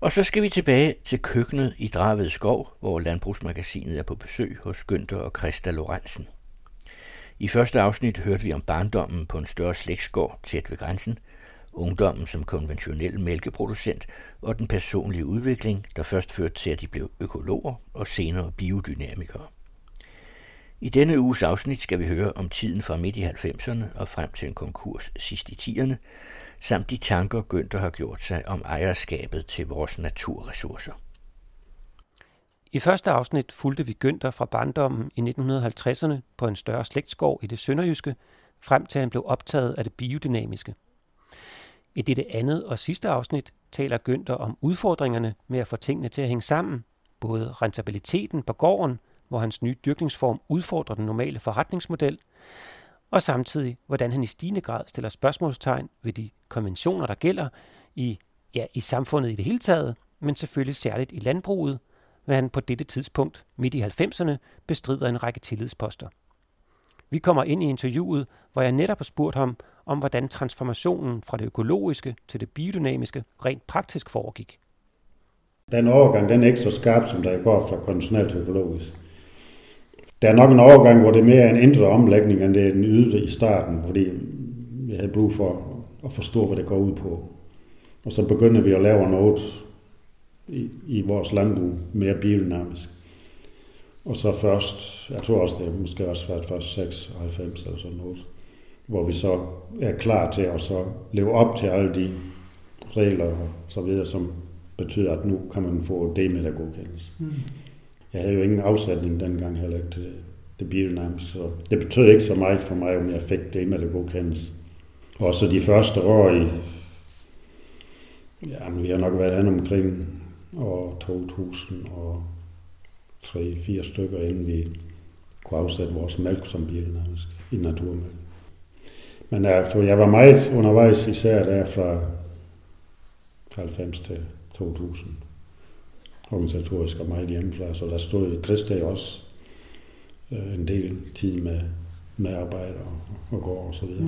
Og så skal vi tilbage til køkkenet i Draved Skov, hvor Landbrugsmagasinet er på besøg hos Günther og Christa Lorentzen. I første afsnit hørte vi om barndommen på en større slægtsgård tæt ved grænsen, ungdommen som konventionel mælkeproducent og den personlige udvikling, der først førte til, at de blev økologer og senere biodynamikere. I denne uges afsnit skal vi høre om tiden fra midt i 90'erne og frem til en konkurs sidst i 10'erne, samt de tanker, Günther har gjort sig om ejerskabet til vores naturressourcer. I første afsnit fulgte vi Günther fra barndommen i 1950'erne på en større slægtsgård i det sønderjyske, frem til han blev optaget af det biodynamiske. I dette andet og sidste afsnit taler Günther om udfordringerne med at få tingene til at hænge sammen, både rentabiliteten på gården, hvor hans nye dyrkningsform udfordrer den normale forretningsmodel, og samtidig, hvordan han i stigende grad stiller spørgsmålstegn ved de konventioner, der gælder i samfundet i det hele taget, men selvfølgelig særligt i landbruget, hvad han på dette tidspunkt, midt i 90'erne, bestrider en række tillidsposter. Vi kommer ind i interviewet, hvor jeg netop har spurgt ham om, hvordan transformationen fra det økologiske til det biodynamiske rent praktisk foregik. Den overgang, den er ikke så skarp, som der går fra konventionelt til økologisk. Der er nok en overgang, hvor det er mere en indre omlægning, end det er den ydre i starten, fordi jeg havde brug for at forstå, hvad det går ud på. Og så begynder vi at lave noget i vores landbrug mere biodynamisk. Og så først, jeg tror også, det er måske også været først 96 eller sådan noget, hvor vi så er klar til at så leve op til alle de regler og så videre, som betyder, at nu kan man få D-meter-godkendelse. Jeg havde jo ingen afsætning dengang heller ikke til det biodynamiske, så det betød ikke så meget for mig, om jeg fik D-meter-godkendelse. Og så de første år i, vi har nok været omkring år 2003-4 stykker, inden vi kunne afsætte vores mælk som biodynamisk i naturmælk. Men jeg var meget undervejs, især der fra 90 til 2000. Organisatorisk og meget hjemmefra, så der stod Christa også en del tid med arbejde og gård og så videre.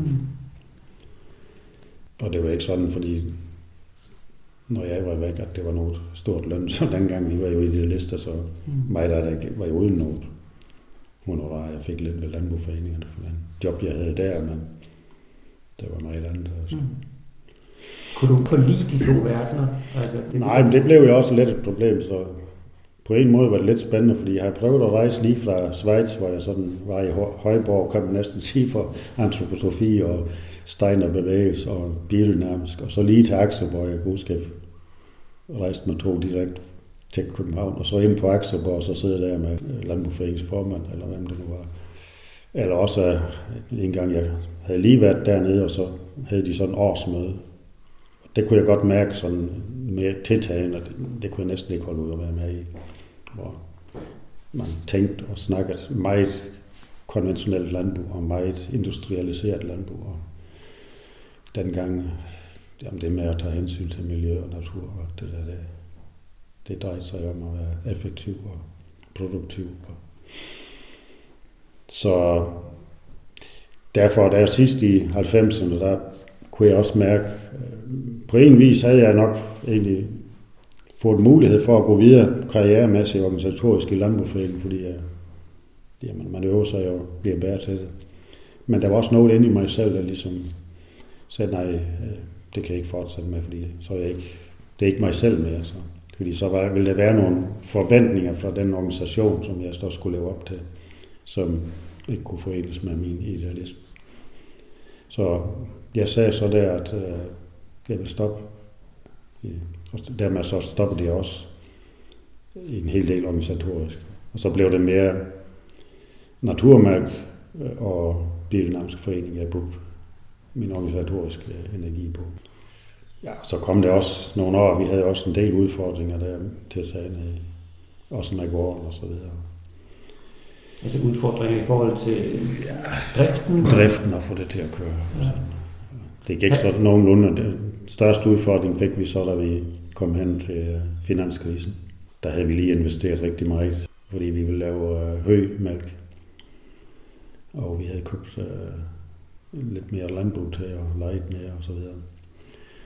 Og det var ikke sådan, fordi når jeg var væk, at det var noget stort løn, så dengang vi var jo idealister, så mig der var jo uden noget honorar. Jeg fik lidt ved landbrugforeningerne for en job, jeg havde der, men det var meget andet. Altså. Kunne du forlide de to verdener? Nej, men det blev jo også lidt et problem, så på en måde var det lidt spændende, fordi jeg har prøvet at rejse lige fra Schweiz, hvor jeg sådan var i Højborg, kan man næsten sige, for antroposofi og Steiner-bevægelse og biodynamisk, og så lige til Akselborg, jeg kunne huske, jeg rejste med tog direkte til København, og så ind på Akselborg, og så sidder der med landbrugforeningens formand, eller hvem det nu var. Eller også en gang, jeg havde lige været dernede, og så havde de sådan en årsmøde. Det kunne jeg godt mærke sådan mere tiltagende, og det kunne jeg næsten ikke holde ud at være med i. Hvor man tænkte og snakkede meget konventionelt landbrug og meget industrialiseret landbrug. Og dengang, det med at tage hensyn til miljø og natur, og det drejede sig om at være effektiv og produktiv. Så derfor, da jeg sidst i 90'erne, der kunne jeg også mærke, på en vis havde jeg nok egentlig fået mulighed for at gå videre karrieremæssigt organisatorisk i landbrugforeningen, fordi man øver sig og bliver bedre til det. Men der var også noget inde i mig selv, der ligesom sagde, nej, det kan jeg ikke fortsætte med, fordi så er det er ikke mig selv mere. Så. Fordi så ville der være nogle forventninger fra den organisation, som jeg så skulle leve op til, som ikke kunne forenes med min idealisme. Så jeg sagde så der, at jeg vil stoppe. Og dermed så stoppede jeg også i en hel del organisatorisk. Og så blev det mere naturmærk og biodynamisk forening, jeg brugte min organisatoriske energi på. Ja, så kom det også nogle år, vi havde også en del udfordringer der til at tage også med gården og så videre. Altså udfordringer i forhold til driften? Driften og få det til at køre. Ja. Det gik så nogenlunde. Den største udfordring fik vi så, da vi kom hen til finanskrisen. Der havde vi lige investeret rigtig meget, fordi vi ville lave hømælk. Og vi havde købt lidt mere landbrug til og lejet mere og så videre.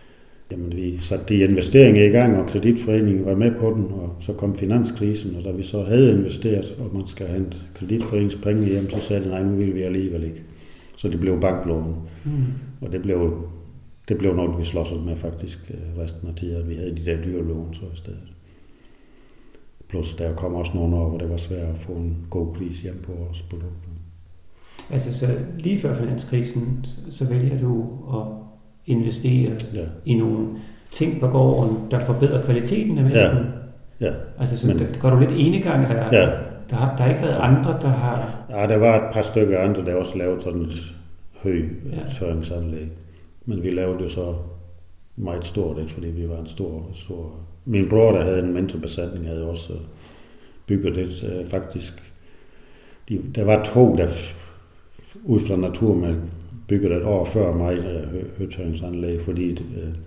Jamen, vi satte de investeringer i gang, og kreditforeningen var med på den, og så kom finanskrisen, og da vi så havde investeret, og man skal hente kreditforeningens penge hjem, så sagde de, nej, nu vil vi alligevel ikke. Så det blev banklån. Og det blev noget, vi slås med faktisk resten af tiden. Vi havde de der dyre lån så i stedet. Plus der kom også nogle år, hvor det var svært at få en god pris hjem på vores produkter. Altså så lige før finanskrisen, så vælger du at investere i nogle ting på gården, der forbedrer kvaliteten af mælken. Ja. Altså så går du lidt enegang, eller der har ikke været andre, der har... Ja, der var et par stykker andre, der også lavede sådan et tørringsanlæg. Men vi lavede det så meget stort, fordi vi var en stor... Min bror, der havde en mindre besætning, havde også bygget det faktisk. Der var 2, der ud fra Naturmælk byggede et år før mig høtørringsanlæg, fordi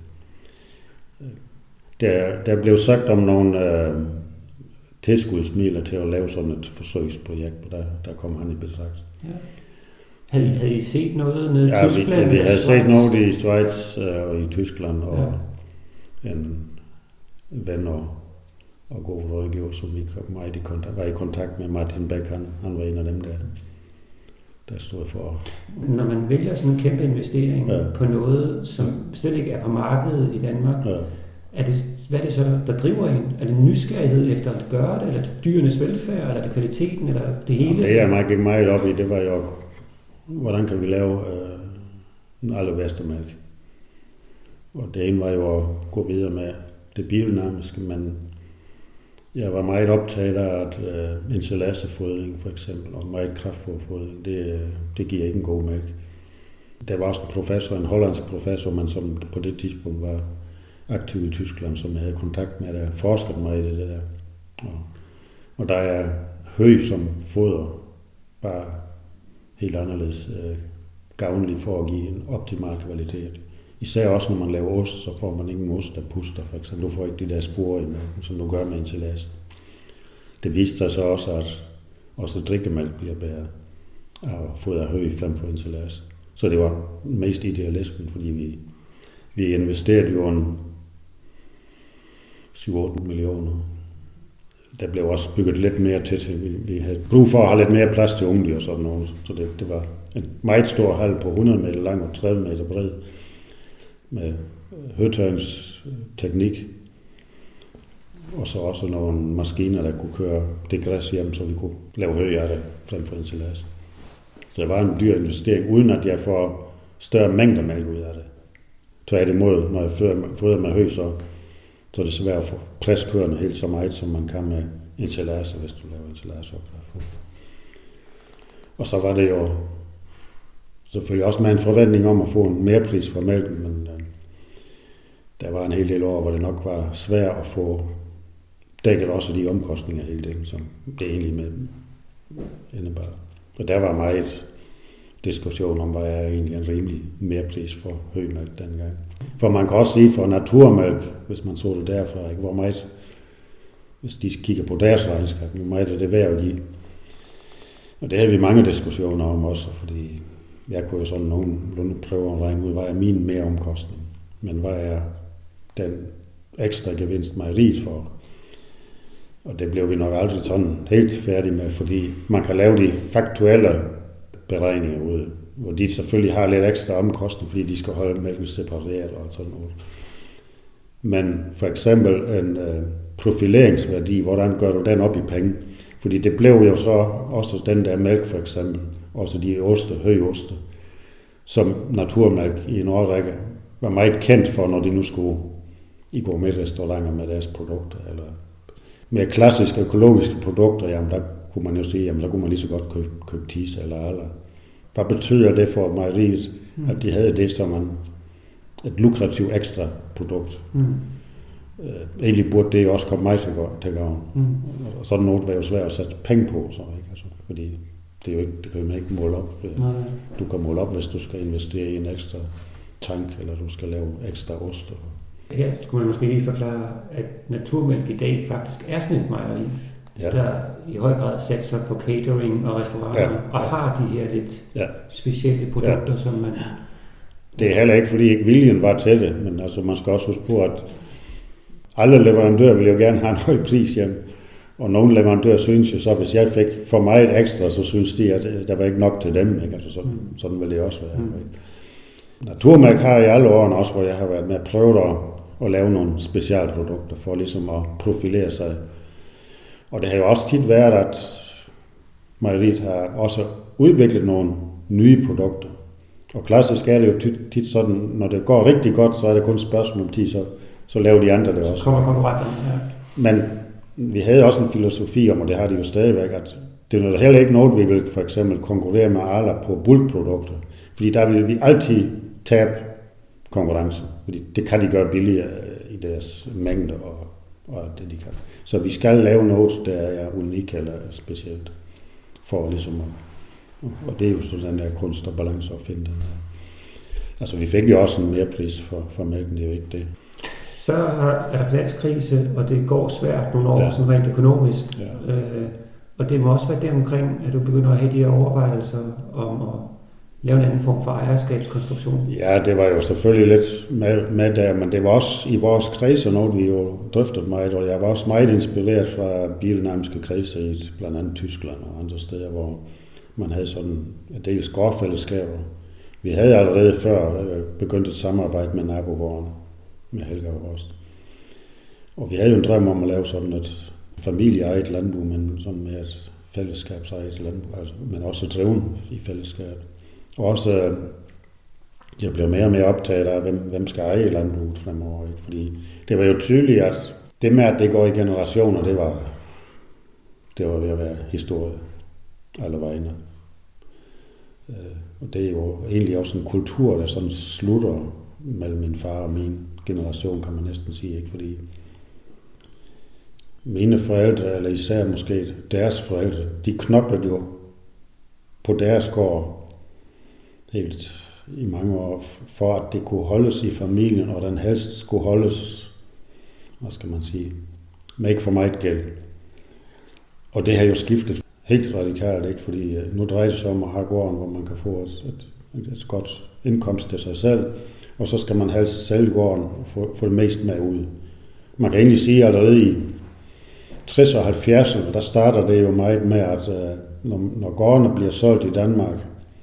der blev sagt om nogle tilskudsmidler til at lave sådan et forsøgsprojekt, og der kom han i betragtning. Ja. Havde I set noget nede i Tyskland? Vi havde set noget i Schweiz og i Tyskland, og en ven og god rådgiver, som vi var i kontakt med. Martin Beck, han var en af dem, der stod for. Når man vælger sådan en kæmpe investering på noget, som slet ikke er på markedet i Danmark, hvad er det så, der driver en? Er det nysgerrighed efter at gøre det, eller er det dyrenes velfærd, eller er det kvaliteten, eller det hele? Det jeg gik meget op i, det var jo, hvordan kan vi lave den allerbedste mælk? Og det ene var jo at gå videre med det biodynamiske, men jeg var meget optaget af, at ensilagefodring for eksempel, og meget kraftfodring, det giver ikke en god mælk. Der var også en professor, en hollandsk professor, men som på det tidspunkt var aktiv i Tyskland, som jeg havde kontakt med, der forskede mig i det der. Og der er hø som foder bare helt anderledes gavnlig for at give en optimal kvalitet. Især også, når man laver ost, så får man ikke en ost, der puster, for eksempel. Du får ikke de der spore i mælken, som du gør med ensilage. Det viste sig så også, at også drikkemælk bliver bedre af at fodre hø frem for ensilage. Så det var mest idealismen, fordi vi investerede jo en 7-8 millioner. Der blev også bygget lidt mere til. Vi havde brug for at have lidt mere plads til ungdyr og sådan noget. Så det var en meget stor hal på 100 meter lang og 30 meter bred med høtørringsteknik. Og så også nogle maskiner, der kunne køre det græs hjem, så vi kunne lave hø af det frem for ensilage. Så det var en dyr investering, uden at jeg får større mængder mælk ud af det. Tværtimod, når jeg fodrer med hø, så er det svært at få presskørende helt så meget, som man kan med ensilage, hvis du laver ensilage op. Og så var det jo selvfølgelig også med en forventning om at få en merpris for mælken, men der var en hel del år, hvor det nok var svært at få dækket også de omkostninger hele tiden, som det egentlig med indebar. Og der var meget diskussion om, hvad er egentlig en rimelig merpris for hømælk dengang. For man kan også sige for naturmælk, hvis man så det derfra, ikke, hvor meget, hvis de kigger på deres regnskab, hvor meget er det værd at give. Og det havde vi mange diskussioner om også, fordi jeg kunne jo sådan nogenlunde prøve at regne ud, hvad er min meromkostning, men hvad er den ekstra gevinst mejeriet for. Og det blev vi nok aldrig sådan helt færdige med, fordi man kan lave de faktuelle beregninger ud, hvor de selvfølgelig har lidt ekstra omkostning, fordi de skal holde mælken separeret og sådan noget. Men for eksempel en profileringsværdi, hvordan gør du den op i penge? Fordi det blev jo så også den der mælk for eksempel, også de høoste, som naturmælk i en årrække var meget kendt for, når de nu skulle i gourmetrestauranter med deres produkter, eller mere klassiske økologiske produkter, jamen der kunne man jo sige, jamen der kunne man lige så godt købe tis eller aller. Hvad betyder det for mejeriet, at de havde det som et lukrativt ekstra produkt? Egentlig burde det også komme mig til gavn. Og sådan noget var jo svært at sætte penge på, så, ikke? Altså, fordi det er jo ikke, det kan man ikke måle op. Du kan måle op, hvis du skal investere i en ekstra tank, eller du skal lave ekstra ost. Her skulle man måske lige forklare, at naturmælk i dag faktisk er sådan et mejeri, der i høj grad satser på catering og restauranter, og har de her lidt specielle produkter, som man Det er heller ikke, fordi ikke viljen var til det, men altså, man skal også huske på, at alle leverandører vil jo gerne have en høj pris hjem. Og nogle leverandører synes jo så, hvis jeg fik for meget ekstra, så synes de, at der var ikke nok til dem. Ikke? Altså, sådan vil det også være. Naturmærk har i alle årene også, hvor jeg har været med at prøve at lave nogle specialprodukter for ligesom at profilere sig. Og det har jo også tit været, at mejeriet har også udviklet nogle nye produkter. Og klassisk er det jo tit sådan, når det går rigtig godt, så er det kun et spørgsmål om tid, så laver de andre det også. Kommer konkurrenterne, ja. Men vi havde også en filosofi om, og det har de jo stadigvæk, at det er heller ikke noget, vi vil for eksempel konkurrere med Arla på bulkprodukter. Fordi der vil vi altid tabe konkurrencen. Fordi det kan de gøre billigere i deres mængde og det de kan. Så vi skal lave noget, der er unik eller specielt. For ligesom og det er jo sådan den der kunst og balance at finde den her. Altså vi fik jo også en merpris for mælken, det er jo ikke det. Så er der finanskrise, og det går svært nogle år, sådan rent økonomisk. Ja. Og det må også være deromkring, at du begynder at have de her overvejelser om at lave en anden form for ejerskabskonstruktion. Ja, det var jo selvfølgelig lidt med der, men det var også i vores kredser noget, vi jo drøftede meget, og jeg var også meget inspireret fra biodynamiske kredser i blandt andet Tyskland og andre steder, hvor man havde sådan en del gårdfællesskaber. Vi havde allerede før begyndt et samarbejde med nabogården, med Helga og Rost. Og vi havde jo en drøm om at lave sådan et familieejet landbrug, men sådan med et fællesskabsejet landbrug, altså, men også dreven i fællesskab. Og også, jeg blev mere og mere optaget af, hvem skal eje landbruget fremover. Ikke? Fordi det var jo tydeligt, at det med, at det går i generationer, det var ved at være historie alle vegne. Og det er jo egentlig også en kultur, der sådan slutter mellem min far og min generation, kan man næsten sige. Ikke? Fordi mine forældre, eller især måske deres forældre, de knoklede jo på deres gård helt i mange år, for at det kunne holdes i familien, og den helst skulle holdes, hvad skal man sige, med ikke for meget gæld. Og det har jo skiftet helt radikalt, ikke? Fordi nu drejer det sig om at have gården, hvor man kan få et godt indkomst til sig selv, og så skal man helst sælge gården og få det mest med ud. Man kan egentlig sige, at allerede i 60'erne og 70'erne, der starter det jo meget med, at når gårdene bliver solgt i Danmark,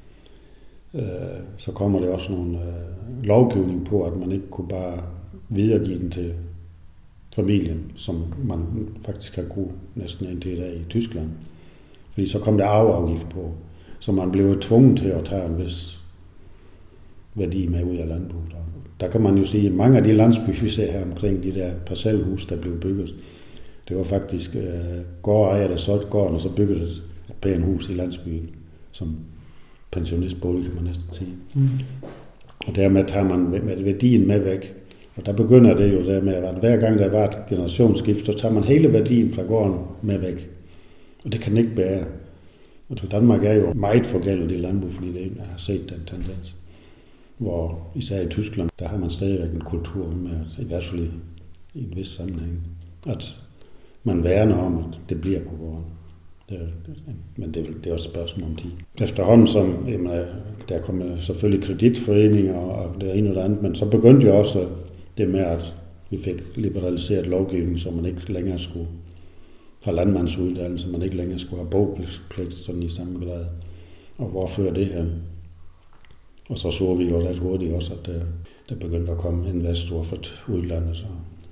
så kommer det også nogle lovgivning på, at man ikke kunne bare videregive den til familien, som man faktisk har kunnet næsten indtil i dag i Tyskland. Fordi så kom der arveafgift på, så man blev tvunget til at tage en vis værdi med ud af landbruget. Der kan man jo sige, at mange af de landsbyer, vi ser her omkring, de der parcelhus, der blev bygget, det var faktisk gårdejer, der solgte gården, og så byggede et pænt hus i landsbyen, som pensionistbolig, kan man næsten sige. Og dermed tager man med værdien med væk. Og der begynder det jo der med, at hver gang der var et generationsskift, så tager man hele værdien fra gården med væk. Og det kan ikke bære. Og Danmark er jo meget forgældet i landbrug, fordi det har set den tendens. Hvor især i Tyskland, der har man stadigvæk en kultur med, at i hvert fald i en vis sammenhæng, at man værner om, at det bliver på gården. Men det er også et spørgsmål om tid. Efterhånden, som der kommer selvfølgelig kreditforeninger og det ene og det andet, men så begyndte jo også det med, at vi fik liberaliseret lovgivning, så man ikke længere skulle have landmandsuddannelse, man ikke længere skulle have bogpligt sådan i samme grad. Og hvor fører det hen? Og så vi jo ret hurtigt også, at der begyndte at komme investorer fra udlandet. Så.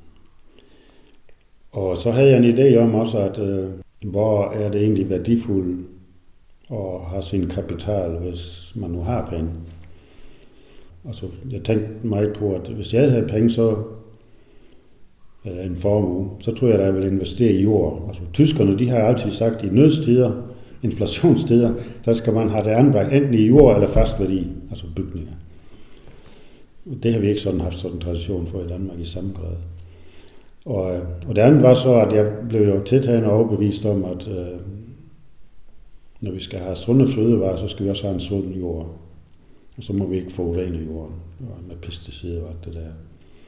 Og så havde jeg en idé om også, at hvor er det egentlig værdifuldt at have sin kapital, hvis man nu har penge. Altså, jeg tænkte meget på, at hvis jeg havde penge, så en formue, så tror jeg, at jeg ville investere i jord. Altså, tyskerne, de har altid sagt, at i nødstider, inflationstider, der skal man have det anbragt enten i jord eller fast værdi, altså bygninger. Det har vi ikke sådan haft sådan en tradition for i Danmark i samme grad. Og det andet var så, at jeg blev jo tiltagende overbevist om, at når vi skal have sunde fødevarer, så skal vi også have en sund jord. Og så må vi ikke forurene jorden med pesticider og alt det der.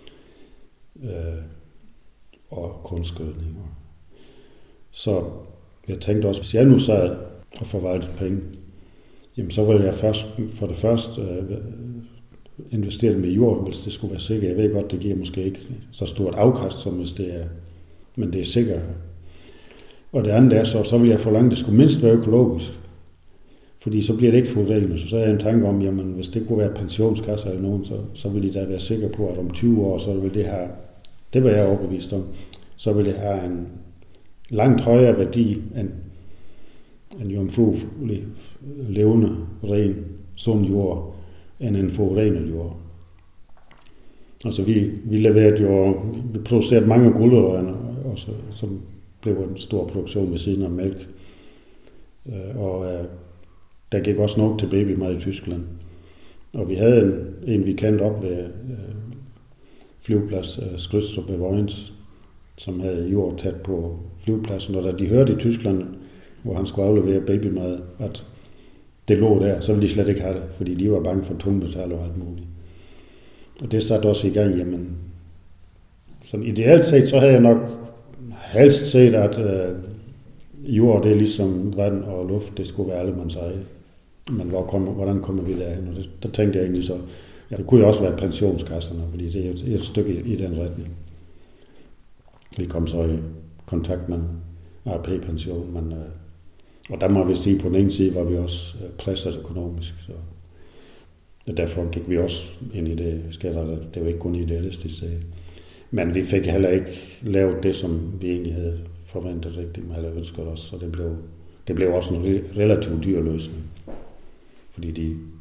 Og kunstgødning. Så jeg tænkte også, hvis jeg nu sad og forvaltede penge, jamen så ville jeg først for det første investeret med jord, hvis det skulle være sikkert. Jeg ved godt, det giver måske ikke så stort afkast, som hvis det er, men det er sikkert. Og det andet er så vil jeg forlange, at det skulle mindst være økologisk. Fordi så bliver det ikke forurenet. Så er jeg en tanke om, jamen hvis det kunne være pensionskasser eller nogen, så vil de da være sikre på, at om 20 år, så vil det have, det var jeg overbevist om, så vil det have en langt højere værdi end jomfruelig, levende, ren, sund jord, end en forurenet jord. Altså vi leverede jo, vi producerede mange gulerødder, og så blev en stor produktion ved siden af mælk. Og der gik også nok til babymad i Tyskland. Og vi havde en vi kendte op ved flyveplads Skrydstrup ved Vojens, som havde jord tæt på flyvepladsen, og da de hørte i Tyskland, hvor han skulle aflevere babymad, at det lå der, så ville de slet ikke have det, fordi de var bange for tungmetaller og alt muligt. Og det satte også i gang, jamen, sådan ideelt set, så havde jeg nok helst set, at jord, det er ligesom vand og luft, det skulle være allemands eje. Men hvordan kommer vi derhen? Og der tænkte jeg egentlig så, ja, det kunne jo også være pensionskasserne, fordi det er et stykke i den retning. Vi kom så i kontakt med AP-pension, men og der må vi sige, på den ene side var vi også presset økonomisk. Så derfor gik vi også ind i det skatter. Det var ikke kun idealistisk sag. Men vi fik heller ikke lavet det, som vi egentlig havde forventet rigtigt, eller ønsket os. Så det blev også en relativt dyr løsning. Fordi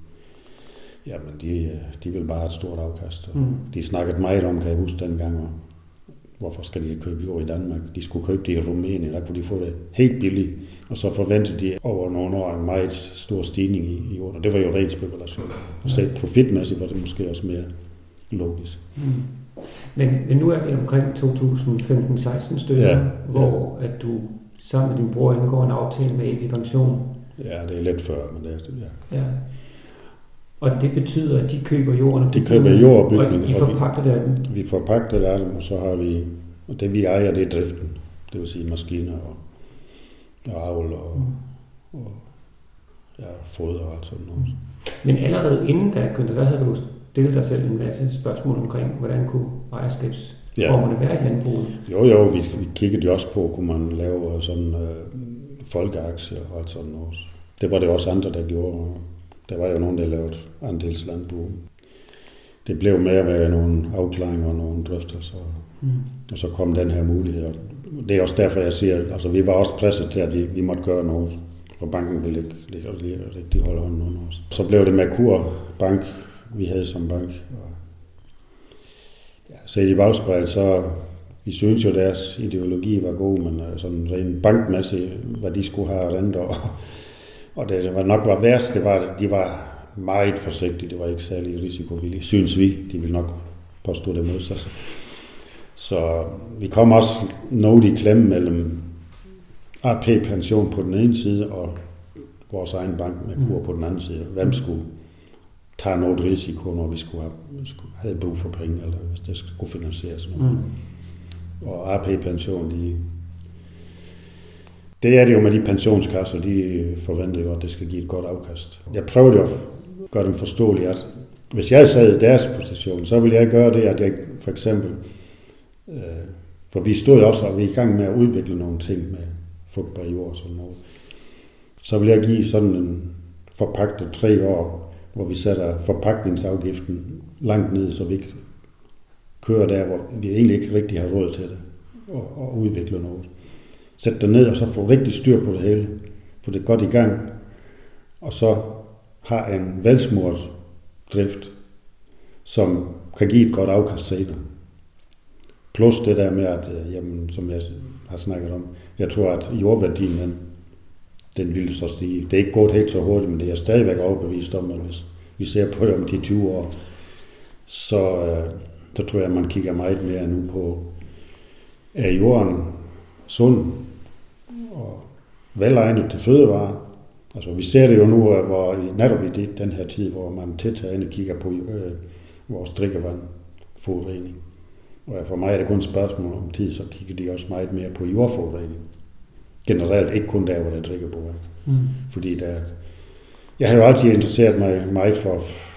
de ville bare have et stort afkast. De snakkede meget om, kan jeg huske dengang, hvorfor skal de købe jord i Danmark? De skulle købe det i Rumænien, der kunne de få det helt billigt. Og så forventede de over nogle år en meget stor stigning i jorden. Og det var jo ren spekulation. Og så profitmæssigt var det måske også mere logisk. Men nu er vi omkring 2015-16 stykker, hvor at du sammen med din bror indgår en aftale med AP Pension. Ja, det er lidt før, men det er ja. Og det betyder, at de køber jorden og de køber jord og bygninger. Og I forpagter det af dem? Vi forpagter det af dem, og så har vi, og det vi ejer, det er driften. Det vil sige maskiner og avl og foder og alt sådan noget. Men allerede inden der havde du stillet dig selv en masse spørgsmål omkring, hvordan kunne ejerskabsformerne være i landbruget? Jo, vi kiggede jo også på, kunne man lave sådan folkeaktier og alt sådan noget. Det var det også andre, der gjorde. Der var jo nogen, der lavede andelslandbrug. Det blev med at være nogle afklaringer og nogle drøftelser. Og så kom den her mulighed. Det er også derfor, jeg siger, altså vi var også presset til, at vi måtte gøre noget. For banken ville ikke rigtig holde hånden under os. Så blev det Merkur Bank, vi havde som bank. Set i bagspejl, så vi synes jo, deres ideologi var god, men sådan rent bankmæssigt, hvad de skulle have renter. Og det nok var værst, det var, de var meget forsigtige, det var ikke særlig risikovillige, synes vi. De ville nok påstå det modsat. Så vi kom også noget i klemme mellem AP Pension på den ene side og vores egen bank Merkur på den anden side. Hvem skulle tage noget risiko, når vi skulle have brug for penge, eller hvis det skulle finansieres noget. Og AP Pension, det er det jo med de pensionskasser, de forventer jo, at det skal give et godt afkast. Jeg prøvede at gøre dem forståelige, at hvis jeg sad i deres position, så ville jeg gøre det, at jeg for eksempel, for vi stod også, og vi er i gang med at udvikle nogle ting med frugtbar jord og sådan noget, så vil jeg give sådan en forpagtet 3 år, hvor vi sætter forpagtningsafgiften langt ned, så vi ikke kører der, hvor vi egentlig ikke rigtig har råd til det, og udvikle noget. Sæt det ned, og så få rigtig styr på det hele, få det godt i gang, og så har en velsmurt drift, som kan give et godt afkast senere. Plus det der med, at, jamen, som jeg har snakket om, jeg tror, at jordværdien, den ville så stige. Det er ikke gået helt så hurtigt, men det er stadigvæk overbevist om, at hvis vi ser på det om 10-20 år, så tror jeg, at man kigger meget mere nu på, er jorden sund og velegnet til fødevarer. Altså, vi ser det jo nu, hvor netop i den her tid, hvor man tiltagende kigger på vores drikkevandforurening. Og for mig er det kun et spørgsmål om tid, så kigger de også meget mere på jordforurening. Generelt, ikke kun der, hvor der drikker på vand. Fordi jeg har jo altid interesseret mig meget for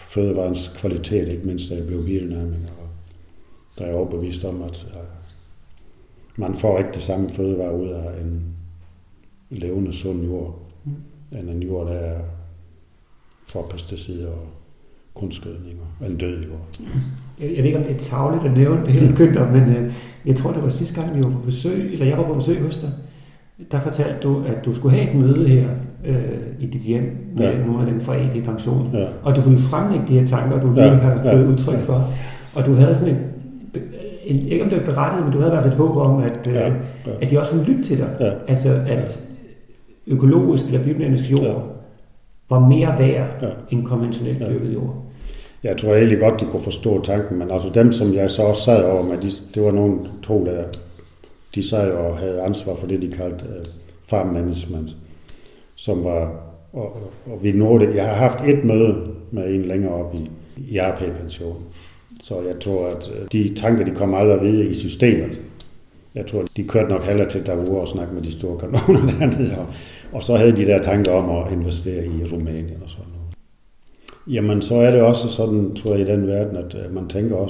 fødevarens kvalitet, ikke mindst da jeg blev biodynamiker. Og der er jeg overbevist om, at man får ikke det samme fødevare ud af en levende, sund jord, end en jord, der er for pesticider og kunstgødning og en død jord. Jeg ved ikke, om det er tarveligt at nævne det hele, Günther, men jeg tror, det var sidste gang, vi var på besøg, eller jeg var på besøg hos dig. Der fortalte du, at du skulle have et møde her i dit hjem med nogle af dem fra ED Pension, og du ville fremlægge de her tanker, du lige har givet udtryk for. Og du havde sådan ikke om det var berettiget, men du havde i hvert fald et håb om, at de også ville lytte til dig. Altså, at økologisk eller biodynamisk jord var mere værd end konventionelt dyrket jord. Jeg tror egentlig godt, de kunne forstå tanken, men altså dem, som jeg så også sad over med, det var nogle to, der de sad og havde ansvar for det, de kaldte farm management, som var, og vi nåede, jeg har haft et møde med en længere op i RP-pensionen, så jeg tror, at de tanker, de kom aldrig videre i systemet. Jeg tror, de kørte nok heller til Davos og snakke med de store kanoner dernede, og så havde de der tanker om at investere i Rumænien og sådan noget. Jamen, så er det også sådan, tror jeg, i den verden, at man tænker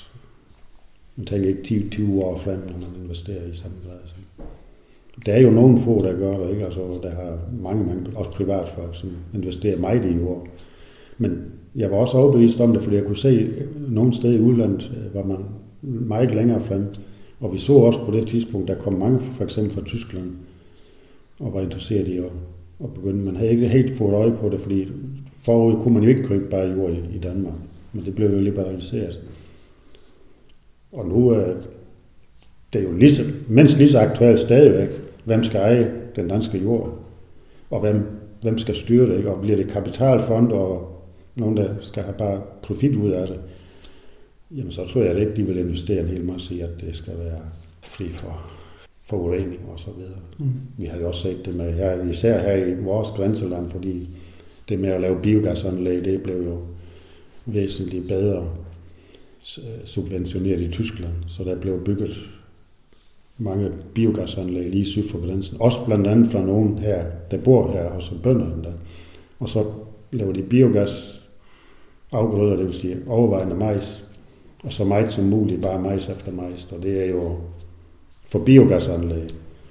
ikke 20 år frem, når man investerer i samme grad. Der er jo nogle få, der gør det, ikke? Altså, der har mange, også privatfolk, som investerer meget i jord. Men jeg var også overbevist om det, fordi jeg kunne se, nogle steder i udlandet var man meget længere frem. Og vi så også på det tidspunkt, der kom mange, for eksempel fra Tyskland, og var interesseret i at begynde. Man havde ikke helt fået øje på det, fordi forud kunne man jo ikke købe bare jord i Danmark. Men det blev jo liberaliseret. Og nu det er jo mindst lige så aktuelt stadigvæk, hvem skal eje den danske jord, og hvem skal styre det, ikke? Og bliver det kapitalfond, og nogen, der skal have bare profit ud af det, jamen så tror jeg ikke, de vil investere en hel masse i, at det skal være fri for forurening og så videre. Vi har jo også set det med her, især her i vores grænseland, fordi det med at lave biogasanlæg, det blev jo væsentligt bedre subventioneret i Tyskland, så der blev bygget mange biogasanlæg lige syd for grænsen. Også blandt andet fra nogen her, der bor her, og så bønder der. Og så laver de biogasafgrøder, det vil sige overvejende majs, og så meget som muligt bare majs efter majs. Og det er jo for biogasanlæg.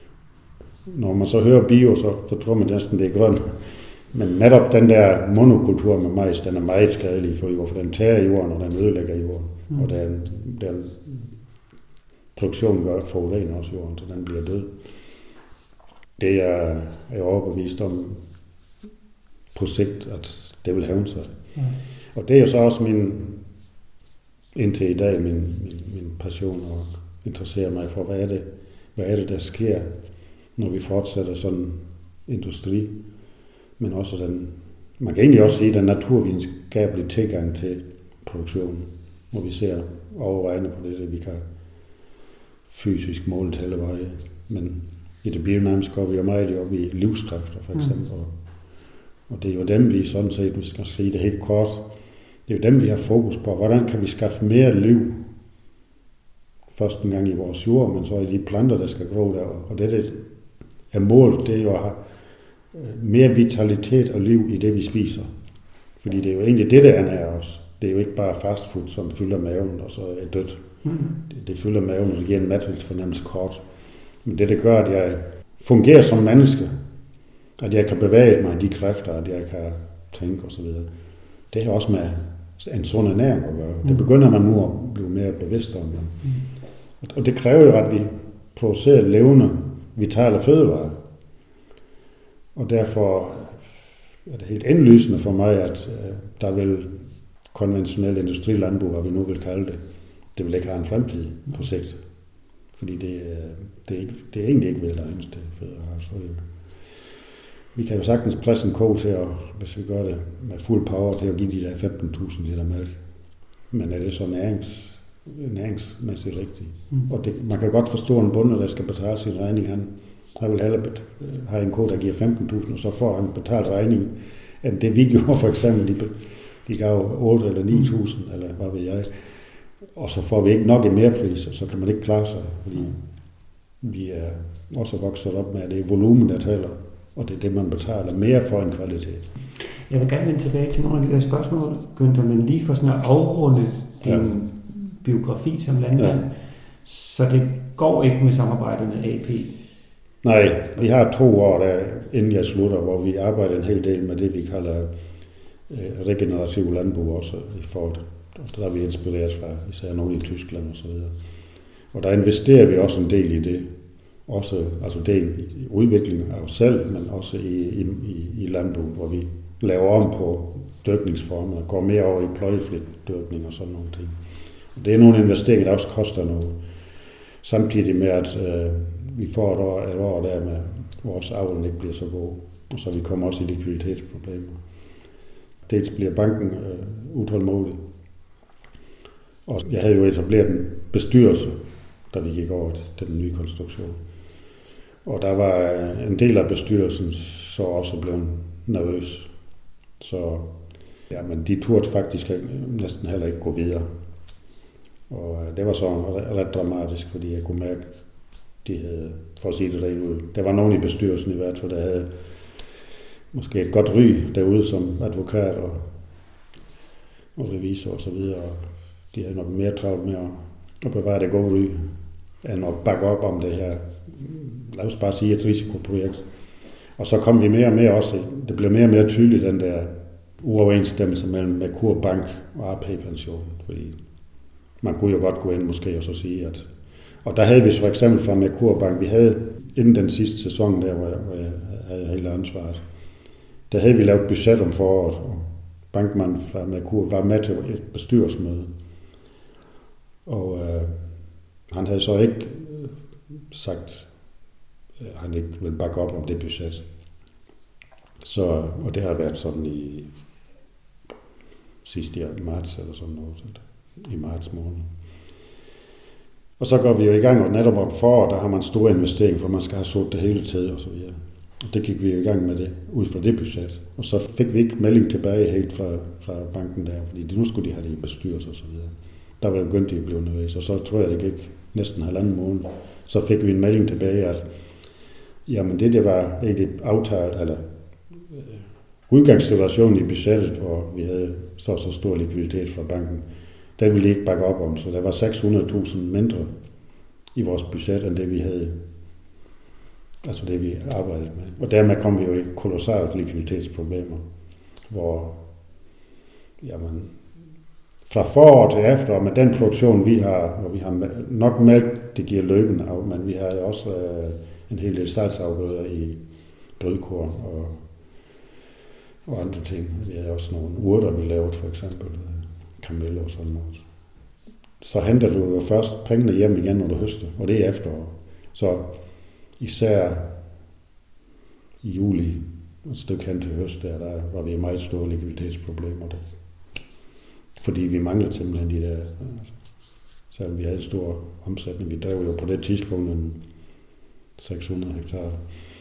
Når man så hører bio, så tror man næsten, det er grønt. Men netop den der monokultur med majs, den er meget skadelig for jorden, for den tager jorden, og den ødelægger jorden. Og den produktionen gør forurener også jorden, så den bliver død. Det er jeg overbevist om på sigt, at det vil hævne sig. Og det er jo så også indtil i dag min passion og interesserer mig for, hvad er det, der sker, når vi fortsætter sådan industri, men også man kan egentlig også sige, den naturvidenskabelige tilgang til produktionen, hvor vi ser overvejende på det, vi kan fysisk måle til alle veje. Men i det biodynamiske går vi jo meget op i livskræfter, for eksempel. Og det er jo dem, vi sådan set, vi skal sige det helt kort, det er jo dem, vi har fokus på. Hvordan kan vi skaffe mere liv først en gang i vores jord, men så i de planter, der skal gro der. Og det er målet, det er jo at have mere vitalitet og liv i det, vi spiser. Fordi det er jo egentlig det, der ernærer os. Det er jo ikke bare fastfood, som fylder maven, og så er dødt. Det fylder maven, og det giver en mæthedsfornemmelse kort. Men det gør, at jeg fungerer som menneske. At jeg kan bevæge mig i de kræfter, at jeg kan tænke osv. Det har også med en sund ernæring at gøre. Det begynder man nu at blive mere bevidst om. Og det kræver jo, at vi producerer levende, vitale fødevarer. Og derfor er det helt indlysende for mig, at der vil konventionel industrilandbrug, hvad vi nu vil kalde det vil ikke have en fremtid på sigt. Fordi det er egentlig ikke vel der eneste fødevarer. Så vi kan jo sagtens presse en ko til, hvis vi gør det med fuld power, til at give de der 15.000 liter mælk. Men er det så næringsmæssigt rigtigt? Og man kan godt forstå en bonde, der skal betale sin regning. Han vil hellere have en ko, der giver 15.000, og så får han betalt regningen, end det vi gjorde for eksempel. De gav 8 eller 9.000, eller hvad ved jeg. Og så får vi ikke nok i merepris, og så kan man ikke klare sig, fordi vi er også vokset op med, at det er volumen, der taler, Og det er det, man betaler mere for en kvalitet. Jeg vil gerne vende tilbage til nogle af de der spørgsmål, Günther, men lige for sådan at afrunde din biografi som landmand. Ja. Så det går ikke med samarbejdet med AP? Nej, vi har 2 år, der, inden jeg slutter, hvor vi arbejder en hel del med det, vi kalder regenerativ landbrug også i forhold. Og der er vi inspireret fra, især nogen i Tyskland og så videre. Og der investerer vi også en del i det. Også, altså det er i udvikling af os selv, men også i landbrug, hvor vi laver om på dyrkningsformer og går mere over i pløjefri dyrkning og sådan nogle ting. Og det er nogle investeringer, der også koster noget. Samtidig med, at vi får et år der med, vores avlen ikke bliver så god, og så vi kommer også i likviditetsproblemer. Dels bliver banken utålmodig. Og jeg havde jo etableret en bestyrelse, da vi gik over til den nye konstruktion. Og der var en del af bestyrelsen så også blevet nervøs. Så ja, men de turde faktisk næsten heller ikke gå videre. Og det var så ret dramatisk, fordi jeg kunne mærke, de havde, for at sige det rent ud, der var nogen i bestyrelsen i hvert fald, der havde måske et godt ry derude som advokat og revisor og så videre. Og de havde nok mere travlt med at bevare det gode ry, end at bakke op om det her, lad os bare sige, et risikoprojekt. Og så kom vi mere og mere også, det blev mere og mere tydeligt, den der uoverensstemmelse mellem Merkur Bank og AP-pension, fordi man kunne jo godt gå ind måske og så sige, at... Og der havde vi for eksempel fra Merkur Bank, vi havde inden den sidste sæson der, hvor jeg havde hele ansvaret, der havde vi lavet budget om foråret, og bankmanden fra Merkur var med til et bestyrelsesmøde. Og han havde så ikke sagt, at han ikke ville bakke op om det budget. Så, og det har været sådan i sidste år, i marts eller sådan noget, i marts måned. Og så går vi jo i gang, og netop om foråret, der har man store investeringer, for man skal have sået det hele tid og så videre. Og det gik vi jo i gang med det, ud fra det budget. Og så fik vi ikke melding tilbage helt fra banken der, fordi nu skulle de have det i bestyrelse og så videre. Der var det begyndt at blive nervøs, og så tror jeg, det gik næsten 1,5 måned. Så fik vi en melding tilbage, at jamen det var egentlig aftalt, eller udgangssituationen i budgettet, hvor vi havde så stor likviditet fra banken, den ville de ikke bakke op om, så der var 600.000 mindre i vores budget, end det vi havde, altså det vi arbejdede med. Og dermed kom vi jo i kolossalt likviditetsproblemer, hvor jamen, fra forår til efterår, med den produktion vi har, hvor vi har nok mælk, det giver løbende af, men vi har også en hel del salgsafgrøder i grydkorn og andre ting. Vi havde også nogle urter, vi lavede for eksempel, kamelle og sådan noget. Så henter du jo først pengene hjem igen, når du høster, og det er efterår. Så især i juli, et stykke hen til høst, der var vi i meget store likviditetsproblemer. Fordi vi manglede simpelthen de der, selvom vi havde stor omsætning. Vi drev jo på det tidspunkt en 600 hektar.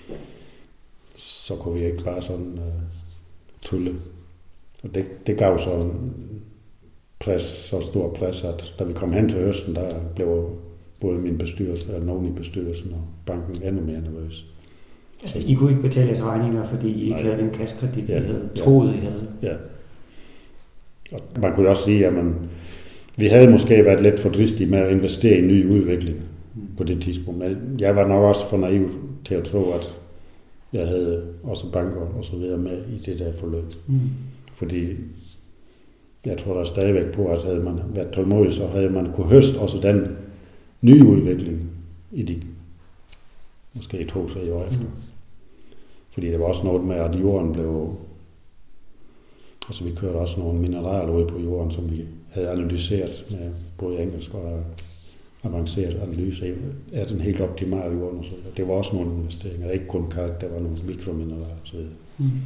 Så kunne vi ikke bare sådan tulle. Og det gav så en pres, så stor pres, at da vi kom hen til høsten, der blev både min bestyrelse og nogen i bestyrelsen og banken endnu mere nervøs. Altså, I kunne ikke betale jeres regninger, fordi I ikke havde den kassekredit, I havde troet, I havde? Ja. Og man kunne også sige, at vi havde måske været lidt for dristige med at investere i ny udvikling på det tidspunkt. Men jeg var nok også for naiv til at tro, at jeg havde også banker og så videre med i det der forløb. Fordi jeg tror der stadigvæk på, at havde man været tålmodig, så havde man kunne høste også den nye udvikling i de måske 2-3 år efter. Fordi det var også noget med, at jorden blev... Altså vi kørte også nogle mineraler ud på jorden, som vi havde analyseret med både engelsk og avanceret analyse af den helt optimale jorden og så videre. Det var også nogle investeringer, ikke kun kalk, der var nogle mikromineraler og så videre.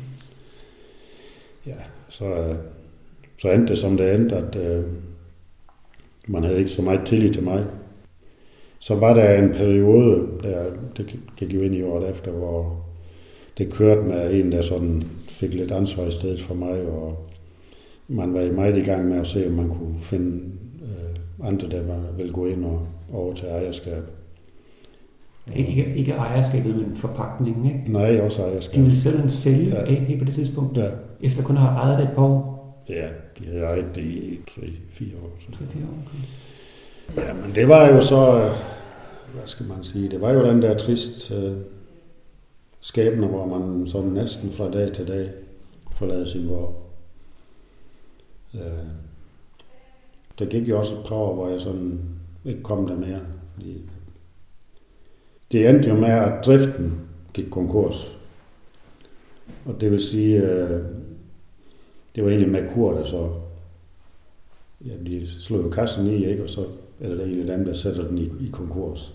Ja, så endte det som det endte, at man havde ikke så meget tillid til mig. Så var der en periode, det gik jo ind i året efter, hvor det kørte med en, der sådan fik lidt ansvar i stedet for mig, og man var meget i gang med at se, om man kunne finde andre, der ville gå ind og overtage ejerskab. Ikke ejerskabet, men forpagtningen, ikke? Nej, også ejerskabet. De ville selv sælge AP på det tidspunkt, efter kun at have ejet det et par år? Ja, de havde ejet det i 3-4 år. 3-4 år, okay. Ja, men det var jo så, hvad skal man sige, det var jo den der trist skæbne, hvor man sådan næsten fra dag til dag forlader sin gård. Der gik jo også et par år, hvor jeg sådan ikke kom der mere, fordi det endte jo med, at driften gik konkurs. Og det vil sige, det var egentlig Merkur, der så, ja, de slog jo kassen i, ikke? Og så er det egentlig dem, der sætter den i konkurs.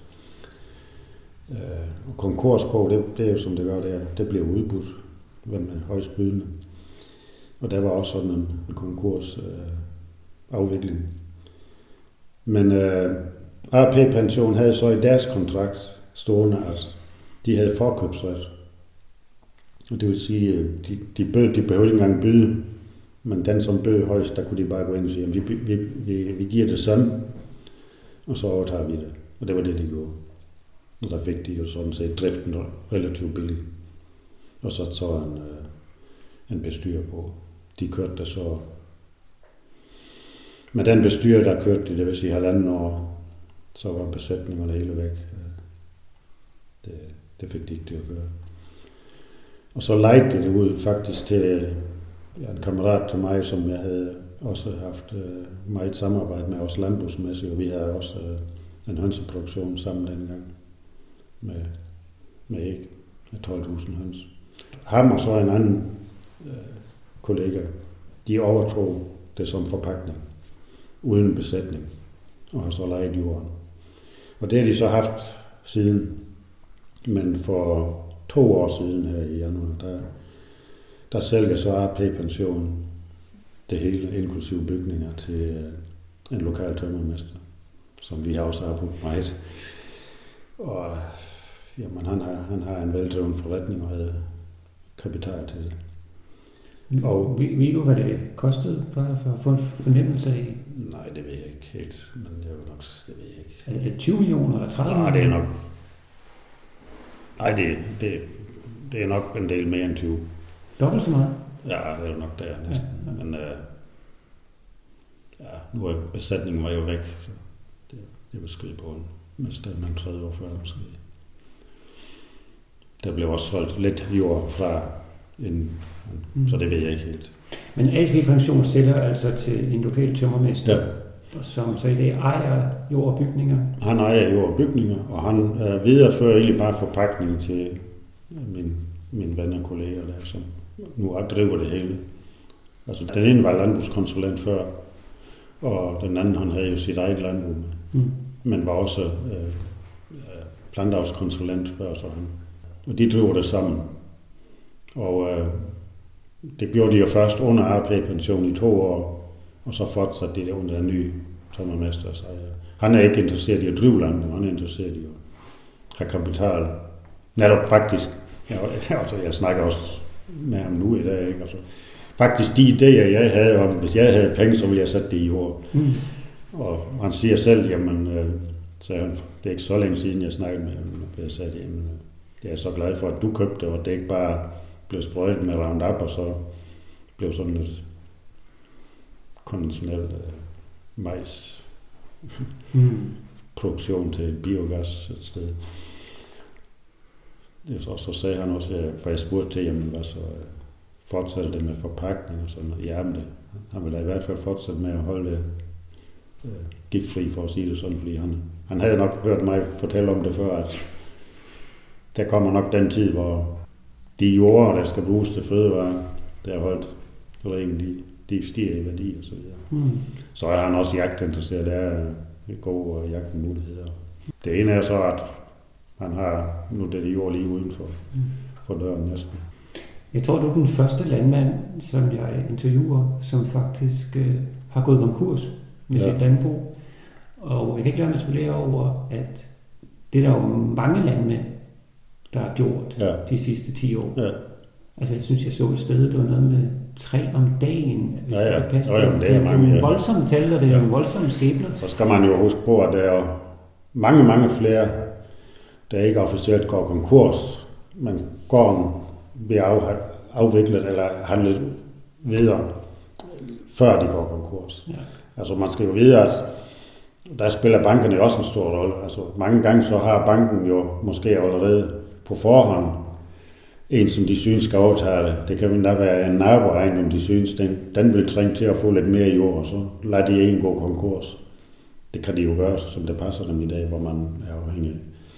Og konkursbog, det er jo som det gør der, det blev udbudt, hvem er højst bydende. Og der var også sådan en konkurs afvikling. Men AP Pension havde så i deres kontrakt stående, at de havde forkøbsret. Og det vil sige, de behøvede ikke engang byde, men den som bød højst, der kunne de bare gå ind og sige, at vi giver det sådan, og så overtager vi det. Og det var det, de gjorde. Og der fik de jo sådan set driften relativt billigt. Og så en bestyrer på. De kørte det så. Med den bestyrer, der kørte de, det vil sige 1,5 år, så var besætningerne hele væk. Det fik de ikke til at gøre. Og så lejede de det ud faktisk til en kammerat til mig, som jeg havde også haft meget samarbejde med, også landbrugsmæssigt, og vi havde også en hønseproduktion sammen dengang med æg med 12.000 høns. Ham og så en anden kollega, de overtog det som forpagtning, uden besætning, og har så lejet jorden. Og det har de så haft siden, men for 2 år siden her i januar, der sælger så AP Pension det hele, inklusive bygninger, til en lokal tømmermester, som vi også har på meget. Og jamen, han har en veldreven forretning og havde kapital til det. Og ved du, hvad det kostede bare for at få en fornemmelse af? Nej, det ved jeg ikke helt, men det ved jeg ikke. Er det 20 millioner eller 30 millioner? Nej, det er nok. Nej, det er nok en del mere end 20. Dobbelt så meget? Ja, det er nok der næsten. Ja. Men nu er besætningen var jo væk, så det var skridt på næsten en 30 år før måske. Der blev også solgt lidt jord fra så det ved jeg ikke helt. Men AP Pension sælger altså til en lokal tømmermester, ja, som så i dag ejer jord og bygninger? Han ejer jord og bygninger, og han viderefører egentlig bare forpagtningen til mine venner og kolleger der, som nu driver det hele. Altså den ene var landbrugskonsulent før, og den anden han havde jo sit eget landbrug med, men var også plantavlskonsulent før, så han. Og de driver det sammen. Og det gjorde de jo først under AP-pension i 2 år, og så fortsatte de det under den nye tømmermester. Så han er ikke interesseret i at drive landbrug, han er interesseret i at have kapital. Netop faktisk, jeg snakker også med ham nu i dag, ikke? Altså, faktisk de idéer, jeg havde om, hvis jeg havde penge, så ville jeg sætte det i jord. Og han siger selv, jamen, sagde han, det er ikke så længe siden, jeg snakkede med ham, for jeg sagde, jamen, jeg er så glad for, at du købte det, og det ikke bare blev sprøjtet med Roundup, og så blev sådan et konventionelt majs produktion til biogas et sted. Så sagde han også, for jeg spurgte til, jamen hvad så fortsatte det med forpakning og sådan noget. Ja, men han ville i hvert fald fortsætte med at holde det giftfri, for at sige det sådan, fordi han havde nok hørt mig fortælle om det før, at der kommer nok den tid, hvor de jorder, der skal bruges til fødevarer, der er holdt ringen, de stiger i værdi og så videre. Så er han også jagtinteresseret, der er gode jagtmuligheder. Det ene er så, at han har nu det jord lige uden for døren næsten. Jeg tror, du er den første landmand, som jeg interviewer, som faktisk har gået konkurs med sit landbrug. Og jeg kan ikke lade mig spille over, at det er der jo mange landmænd, der har gjort de sidste 10 år. Ja. Altså, jeg synes, jeg så et sted, det var noget med 3 om dagen, hvis det passer. Det er mange, nogle voldsomme tal, og det er nogle voldsomme skæbner. Så skal man jo huske på, at der er mange, mange flere der ikke officielt går konkurs, men gården bliver afviklet eller handlet videre, før de går konkurs. Ja. Altså man skal jo vide, at der spiller bankerne også en stor rolle. Altså mange gange så har banken jo måske allerede på forhånd en, som de synes skal overtage det. Det kan da være en naboejendom, de synes, den vil trænge til at få lidt mere jord, og så lader de en gå konkurs. Det kan de jo gøre, som det passer dem i dag, hvor man er afhængig.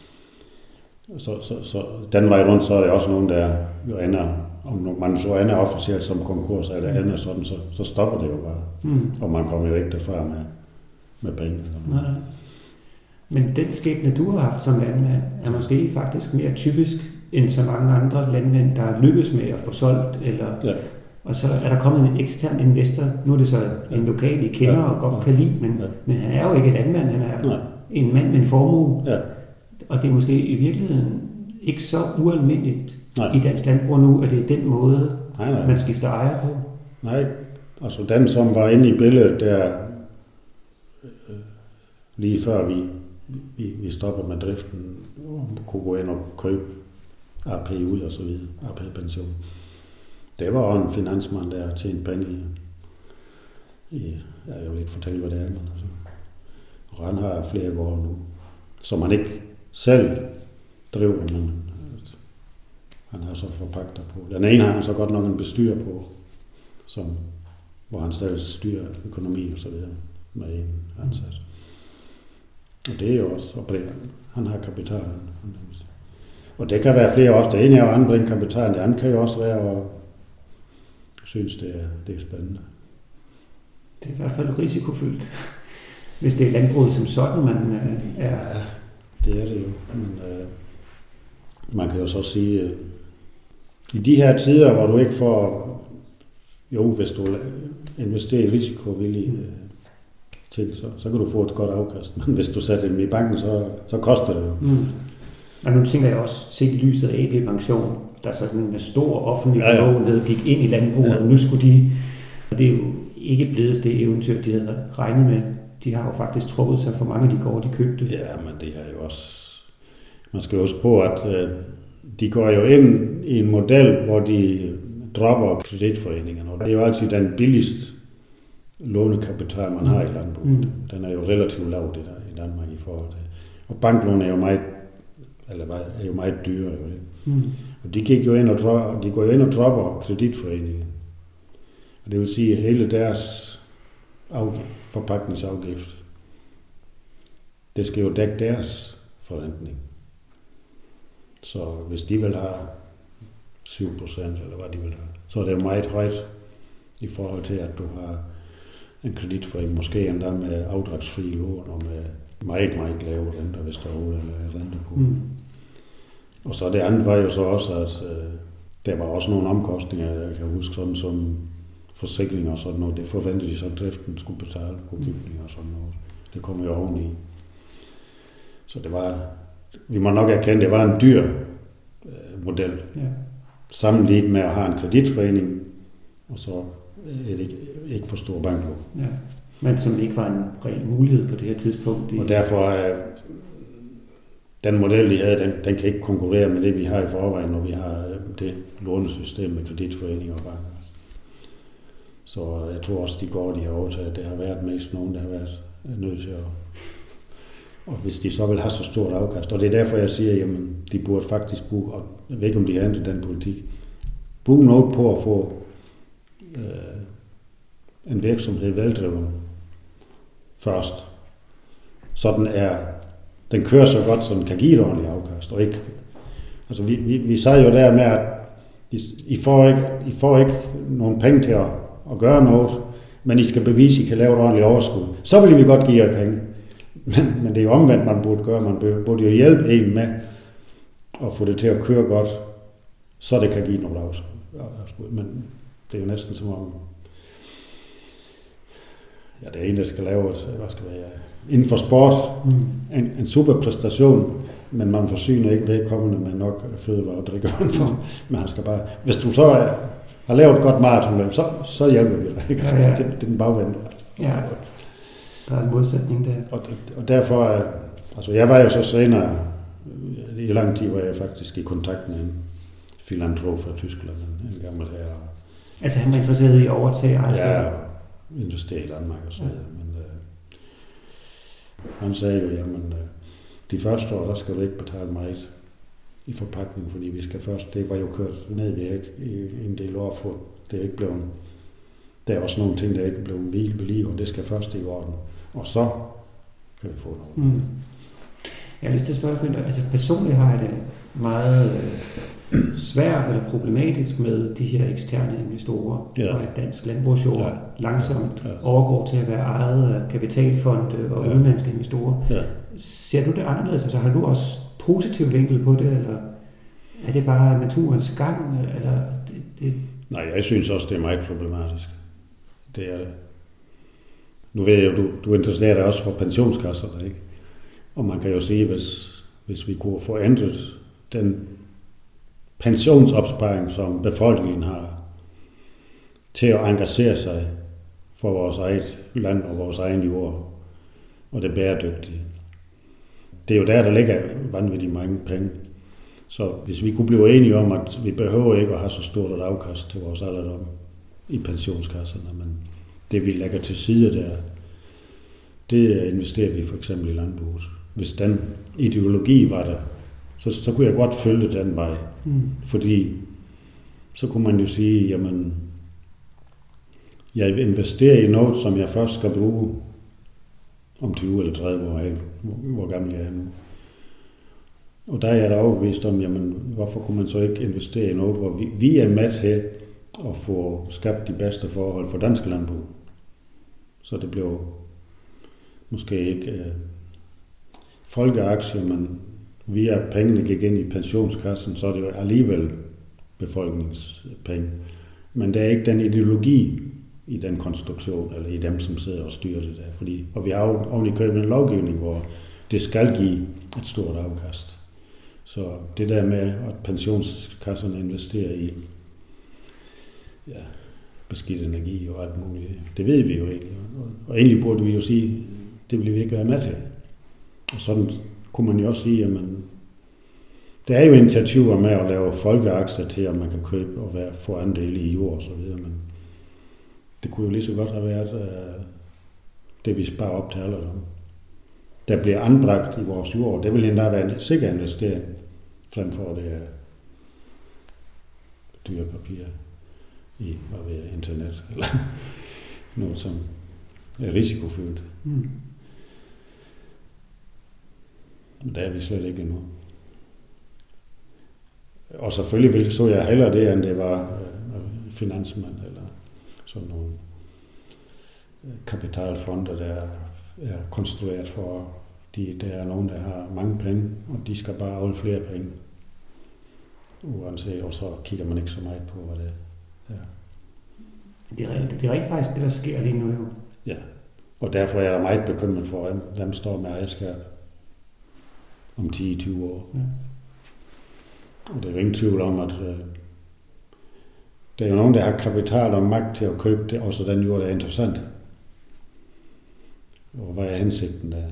Så den vej rundt, så er det også nogen, der jo ender, om man så ender officielt som konkurs, eller ender sådan, så stopper det jo bare. Og man kommer jo ikke derfra med penge. Nej. Men den skæbne, du har haft som landmand, er måske faktisk mere typisk end så mange andre landmænd, der lykkes med at få solgt, eller... Ja. Og så er der kommet en ekstern investor. Nu er det så en lokal, I kender og godt kan lide, men han er jo ikke en landmand, han er en mand med en formue. Ja. Og det er måske i virkeligheden ikke så ualmindeligt i dansk landbrug nu, at det er den måde, man skifter ejer på. Nej, altså den, som var inde i billedet der, lige før vi stopper med driften, og kunne gå ind og købe AP ud og så videre, AP-pension. Det var også en finansmand, der har tjent penge jeg vil ikke fortælle, hvad det er, men altså. Og han har flere gårde nu, som han ikke selv driver, men han har så forpagter på. Den ene har han så godt nok en bestyrer på, hvor han stadig styrer økonomi og så videre med en ansat. Og det er jo også, og han har kapitalen. Og det kan være flere også. Det ene er jo at anbringe kapitalen, det andet kan jo også være at synes, det er spændende. Det er i hvert fald risikofyldt, hvis det er landbruget som sådan, man er... Ja, det er det jo. Men man kan jo så sige, i de her tider, hvor du ikke får... Jo, hvis du investerer i risikovillige ting, så kan du få et godt afkast. Men hvis du sætter dem i banken, så koster det jo. Og nu tænker jeg også, set i lyset af AP-pension, der sådan med stor offentlig bevågenhed gik ind i landbruget, og nu skulle de... Og det er jo ikke blevet det eventyr, de havde regnet med. De har jo faktisk trukket sig for mange af de gårde, de købte. Ja, men det er jo også... Man skal jo huske på, at de går jo ind i en model, hvor de dropper kreditforeningerne. Og det er jo altid den billigste lånekapital, man har i landbruget. Den er jo relativt lav i Danmark i forhold til. Og banklån er jo meget dyre. Og de gik jo ind og dropper kreditforeningen. Og det vil sige, at hele deres forpagtningsafgift, det skal jo dække deres forrentning. Så hvis de vil have 7%, eller hvad de vil have, så er det jo meget højt i forhold til, at du har en kreditforening, måske endda med afdragsfri lån og med meget, meget lave renter, hvis der overhovedet er renter på. Og så det andet var jo så også, at der var også nogle omkostninger, jeg kan huske, sådan som forsikringer og sådan noget. Det forventede de så, at driften skulle betale på bygninger og sådan noget. Det kom jo oveni. Så det var, vi må nok erkende, det var en dyr model. Ja. Sammenlignet med at have en kreditforening, og så ikke for stor banklån. Ja. Men som ikke var en reel mulighed på det her tidspunkt. Og derfor den model, de havde, den kan ikke konkurrere med det, vi har i forvejen, når vi har det lånesystem med kreditforeninger og banker. Så jeg tror også, de gårde, de har overtaget, det har været mest nogen, der har været nødt til at... Og hvis de så vil have så stort afkast, og det er derfor, jeg siger, jamen, de burde faktisk bruge, og jeg ved ikke, om de har ændret den politik, bruge noget på at få en virksomhed veldrevet først. Så den kører så godt, så den kan give et ordentligt afkast, og ikke... Altså, vi sagde jo der med, at I får ikke nogen penge til at gøre noget, men I skal bevise, at I kan lave et ordentligt overskud. Så vil vi godt give jer penge. Men det er jo omvendt, man burde gøre. Man burde jo hjælpe en med at få det til at køre godt, så det kan give noget overskud. Men det er jo næsten som om, det er en, der skal lave inden for sport en super præstation, men man forsyner ikke vedkommende med nok fødevarer og drikkevand for. Men han skal bare, hvis du så har lavet et godt maratonløb, så hjælper vi dig. Ikke? Ja. Det er den bagvendte. Ja. Der er en modsætning der. Og derfor, altså jeg var jo så senere, i i lang tid var jeg faktisk i kontakt med en filantrop fra Tyskland, en gammel herre. Altså han var interesseret i at overtage ejerskabet? Ja, og investere i Danmark og så videre. Men han sagde jo, jamen de første år, der skal du ikke betale meget i forpakning, fordi vi skal først, det var jo kørt ned i en del år, for det er ikke blevet, der er også nogle ting, der ikke blevet vedligeholdt, det skal først i orden, og så kan vi få noget. Mm. Jeg har lyst til at spørge, Günther, altså personligt har jeg det meget svært eller problematisk med de her eksterne investorer, ja. Og at dansk landbrugsjord langsomt overgår til at være ejet af kapitalfonde og udenlandske investorer. Ja. Ser du det anderledes? Altså har du også positiv vinkel på det, eller er det bare naturens gang? Eller det? Nej, jeg synes også, det er meget problematisk. Det er det. Nu ved jeg jo, du interesserer dig også for pensionskasserne, ikke? Og man kan jo sige, hvis vi kunne få ændret den pensionsopsparing, som befolkningen har, til at engagere sig for vores eget land og vores egen jord, og det bæredygtige. Det er jo der ligger vanvittigt mange penge. Så hvis vi kunne blive enige om, at vi behøver ikke at have så stort et afkast til vores alderdom i pensionskasserne, men det vi lægger til side der, det investerer vi for eksempel i landbruget. Hvis den ideologi var der, så kunne jeg godt følge den vej. Fordi så kunne man jo sige, jamen, jeg investerer i noget, som jeg først skal bruge om 20 eller 30 år, hvor gammel jeg er nu. Og der er jeg da overbevist om, jamen, hvorfor kunne man så ikke investere i noget, hvor vi er med til at få skabt de bedste forhold for dansk landbrug. Så det blev måske ikke folkeaktier, men via pengene gik ind i pensionskassen, så er det jo alligevel befolkningspenge. Men der er ikke den ideologi i den konstruktion, eller i dem, som sidder og styrer det der. Og vi har jo ovenikøbet en lovgivning, hvor det skal give et stort afkast. Så det der med, at pensionskasserne investerer i beskidt energi og alt muligt, det ved vi jo ikke. Og egentlig burde vi jo sige, det vil vi ikke være med til. Og sådan kunne man jo også sige, at der er jo initiativer med at lave folkeaktier til, at man kan købe og få andele i jord og så videre, men det kunne jo lige så godt have været det, vi sparer op til alderdom. Der bliver anbragt i vores jord, det vil endda være en sikker investering, frem for det er dyre papir i internet, eller noget, som er risikofyldt. Der er vi slet ikke endnu. Og selvfølgelig så jeg hellere det, end det var finansmand, eller sådan nogle kapitalfonder, der er konstrueret for, der er nogen, der har mange penge, og de skal bare afle flere penge. Uanset, og så kigger man ikke så meget på, hvad det er. Det er rigtig faktisk det, der sker lige nu jo. Ja, og derfor er jeg meget bekymret for, hvem står med ejerskab om 10-20 år. Ja. Og det er jo ingen tvivl om, at der er jo nogen, der har kapital og magt til at købe det, også den jord, der er interessant. Og hvad er hensigten der?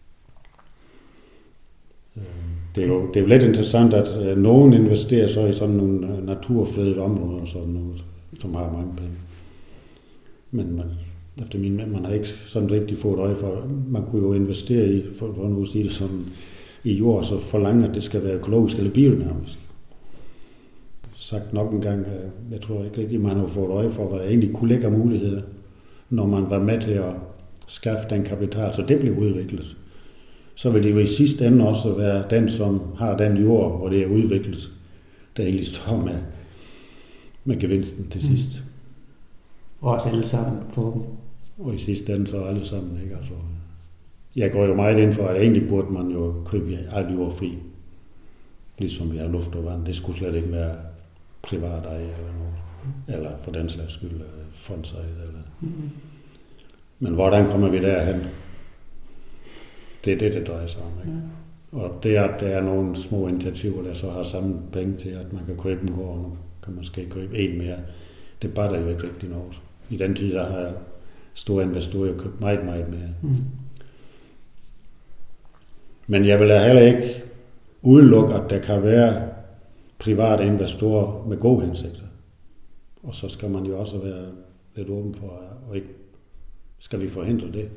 Det er jo lidt interessant, at nogen investerer så i sådan nogle naturfredede områder, og sådan noget, som har mange penge. Men efter min mening, man har ikke sådan rigtig fået øje for, man kunne jo investere i, for at nu sige det sådan, i jord, så forlange, at det skal være økologisk eller biodynamisk. Sagt nok en gang, jeg tror ikke rigtig, man har fået øje for, hvad der egentlig kunne ligge af muligheder, når man var med til at skaffe den kapital, så det blev udviklet. Så vil det jo i sidste ende også være den, som har den jord, hvor det er udviklet, der egentlig står med gevinsten til sidst. Og også alle sammen forhåbentlig. Og i sidste ende så alle sammen, ikke? Altså, jeg går jo meget ind for, at egentlig burde man jo købe alt jord fri. Ligesom vi har luft og vand. Det skulle slet ikke være privat eje eller noget. Eller for den slags skyld fondsejet. Eller. Men hvordan kommer vi derhen? Det er det drejer sig om. Ikke? Og det er, at der er nogle små initiativer, der så har samme penge til, at man kan købe en gård, og nu kan man måske købe en mere. Det batter jo ikke rigtig noget. I den tid, der har store investorer købt meget, meget mere. Men jeg vil heller ikke udelukke, at der kan være private investorer med gode hensigter. Og så skal man jo også være lidt åben for, og ikke skal vi forhindre det.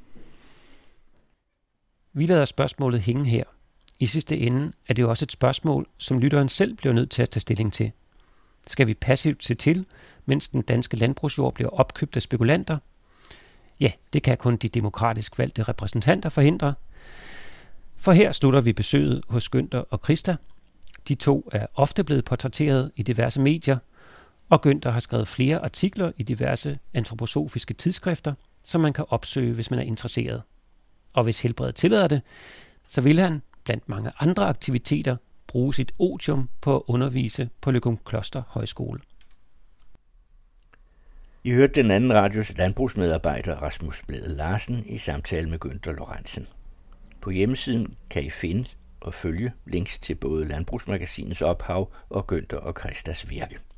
Vi lader spørgsmålet hænge her. I sidste ende er det jo også et spørgsmål, som lytteren selv bliver nødt til at tage stilling til. Skal vi passivt se til, mens den danske landbrugsjord bliver opkøbt af spekulanter? Ja, det kan kun de demokratisk valgte repræsentanter forhindre. For her slutter vi besøget hos Günther og Christa. De to er ofte blevet portrætteret i diverse medier, og Günther har skrevet flere artikler i diverse antroposofiske tidsskrifter, som man kan opsøge, hvis man er interesseret. Og hvis helbredet tillader det, så vil han, blandt mange andre aktiviteter, bruge sit otium på at undervise på Løgumkloster Højskole. I hørte den anden radios landbrugsmedarbejder Rasmus Blædel Larsen i samtale med Günther Lorentzen. På hjemmesiden kan I finde og følge links til både Landbrugsmagasinets ophav og Günther og Christas virke.